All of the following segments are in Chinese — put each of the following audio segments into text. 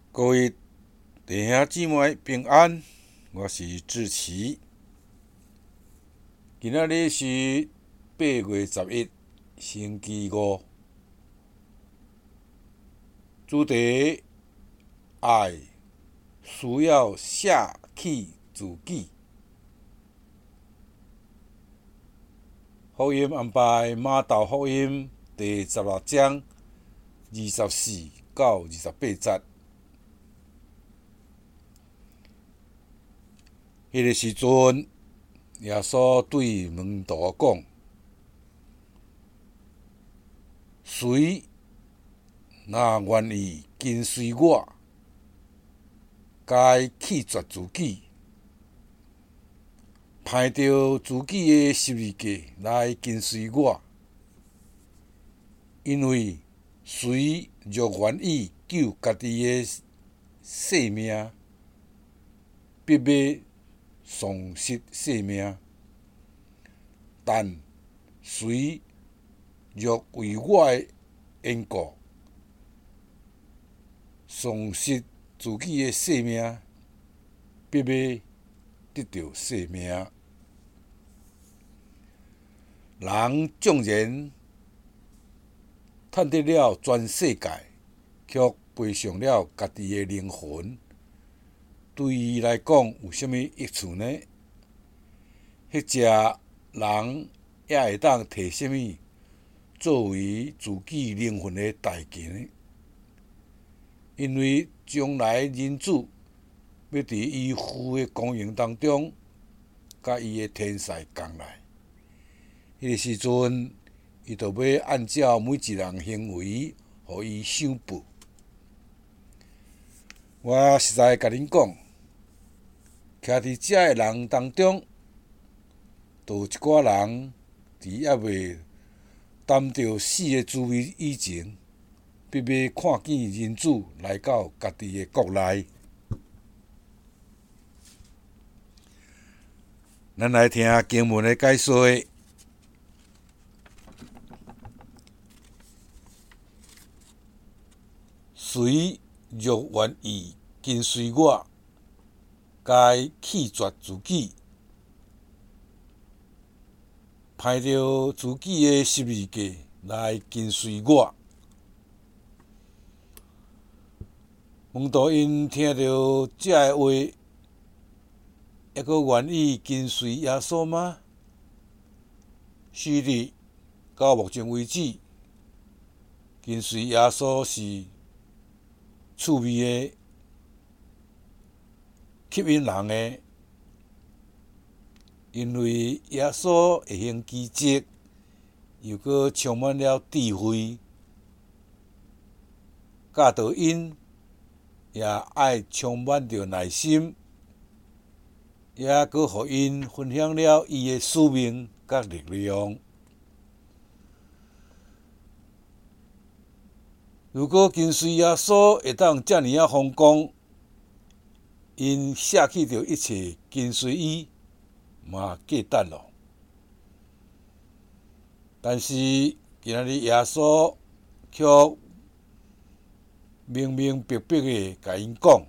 各位弟兄姊妹平安，我是志奇。今仔日是8月11，星期五。主题：爱需要舍弃自己。福音安排马竇福音第16章24到28节。迄个时阵，耶稣对门徒讲：“谁若愿意跟随我，该弃绝自己，攀着自己的十字架来跟随我。因为谁若愿意救家己的性命，必要丧失性命；但谁若为我的缘故丧失自己的性命，必要得到性命。人纵然赚得了全世界，却赔上了家己的灵魂，对伊来讲有啥物益处呢？迄只人也会当摕啥物作为自己灵魂的代价呢？因为将来人子要伫伊父的光荣当中，甲伊的天使同来。迄个时阵，伊就要按照每一人行为，予伊赏报。我实在甲恁讲，徛伫遮的人当中，就有一寡人伫还未担着死的滋味以前，必要看见人子来到家己的国内。咱来听经文的解说。谁若愿意跟随我，该弃绝自己，攀着自己的十字架来跟随我。门徒因听到这个话，还阁愿意跟随耶稣吗？是的，到目前为止，跟随耶稣是趣味的、吸引人的，因为耶稣会行奇迹，又阁充满了智慧，教导因也爱充满着耐心，也阁互因分享了伊的使命甲力量。如果跟随耶稣会当遮尔风光，因舍弃着一切跟随伊，嘛价值咯。但是今仔日耶稣却明明白白的甲因讲，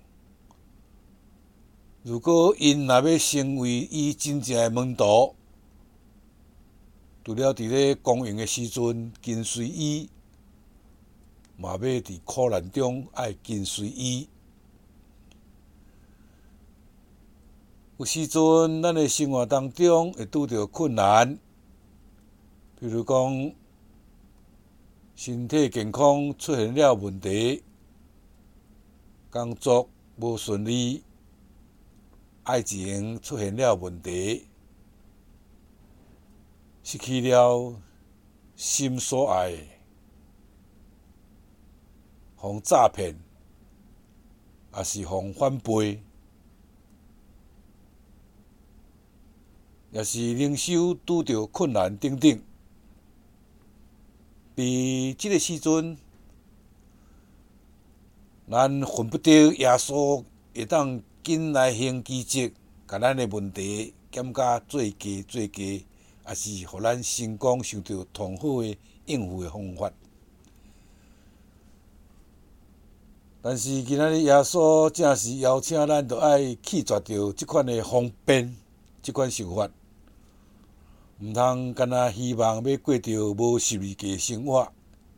如果因若要成为伊真正的门徒，除了伫咧光荣的时阵跟随伊，嘛要伫苦难中爱跟随伊。有时阵，咱的生活当中会拄着困难，比如讲身体健康出现了问题，工作无顺利，爱情出现了问题，失去了心所爱的，互诈骗，也是互反背，也是灵修拄着困难等等。伫即个时阵，咱恨不得耶稣会当紧来行奇迹，甲咱的问题减甲做加，也是互咱成功想到同好的应付的方法。 但是今仔日耶稣正是邀请咱，着爱弃绝着即款的方便，即款想法，毋通干那希望要过着无十字架的生活。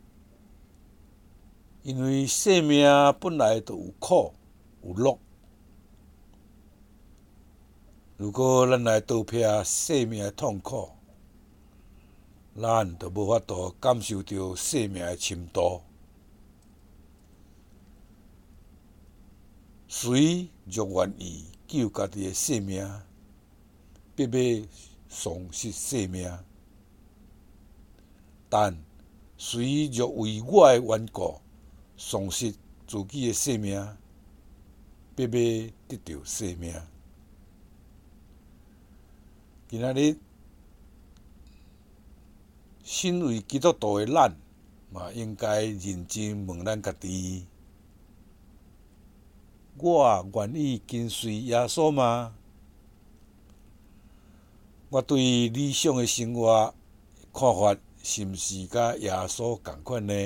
因为生命本来就有苦有乐，如果咱来倒撇生命的痛苦，咱就无法度感受到生命的深度。谁若愿意救家己的性命，必要丧失性命；但谁若为我的缘故丧失自己的性命，必要得到性命。今仔日身为基督徒的咱，嘛应该认真问咱家己：我愿意跟随耶稣吗？我对理想的生活看法是毋是甲耶稣同款呢？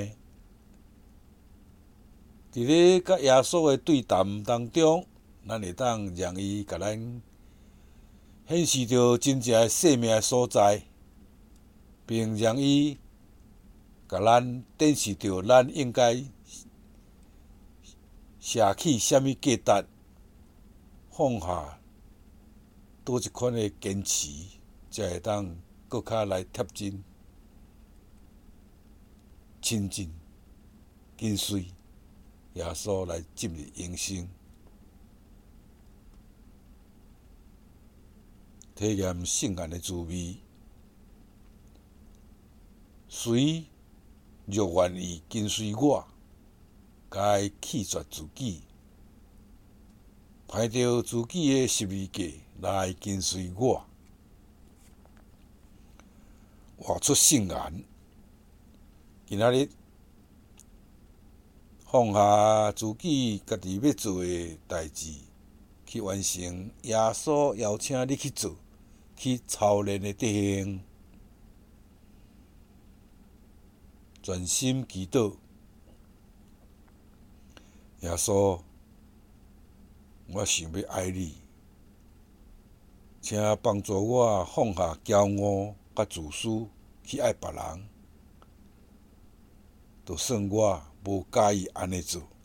伫咧甲耶稣的对谈当中，咱会当让伊甲咱显示着真正的生命的所在，并让伊甲咱展示着咱应该舍弃什么价值，放下倒一款的坚持，才会当搁较来贴近、亲近、跟随耶稣来进入永生，体验圣言的滋味。谁若愿意跟随我，该弃绝自己，排着自己的十字架来跟随我。活出圣言，今仔日放下自己家己要做的代志，去完成耶稣邀请你去做、去操练的德行。全心祈祷，耶稣，我想要爱你，请帮助我放下骄傲甲自私，去爱别人。就算我无介意安尼做。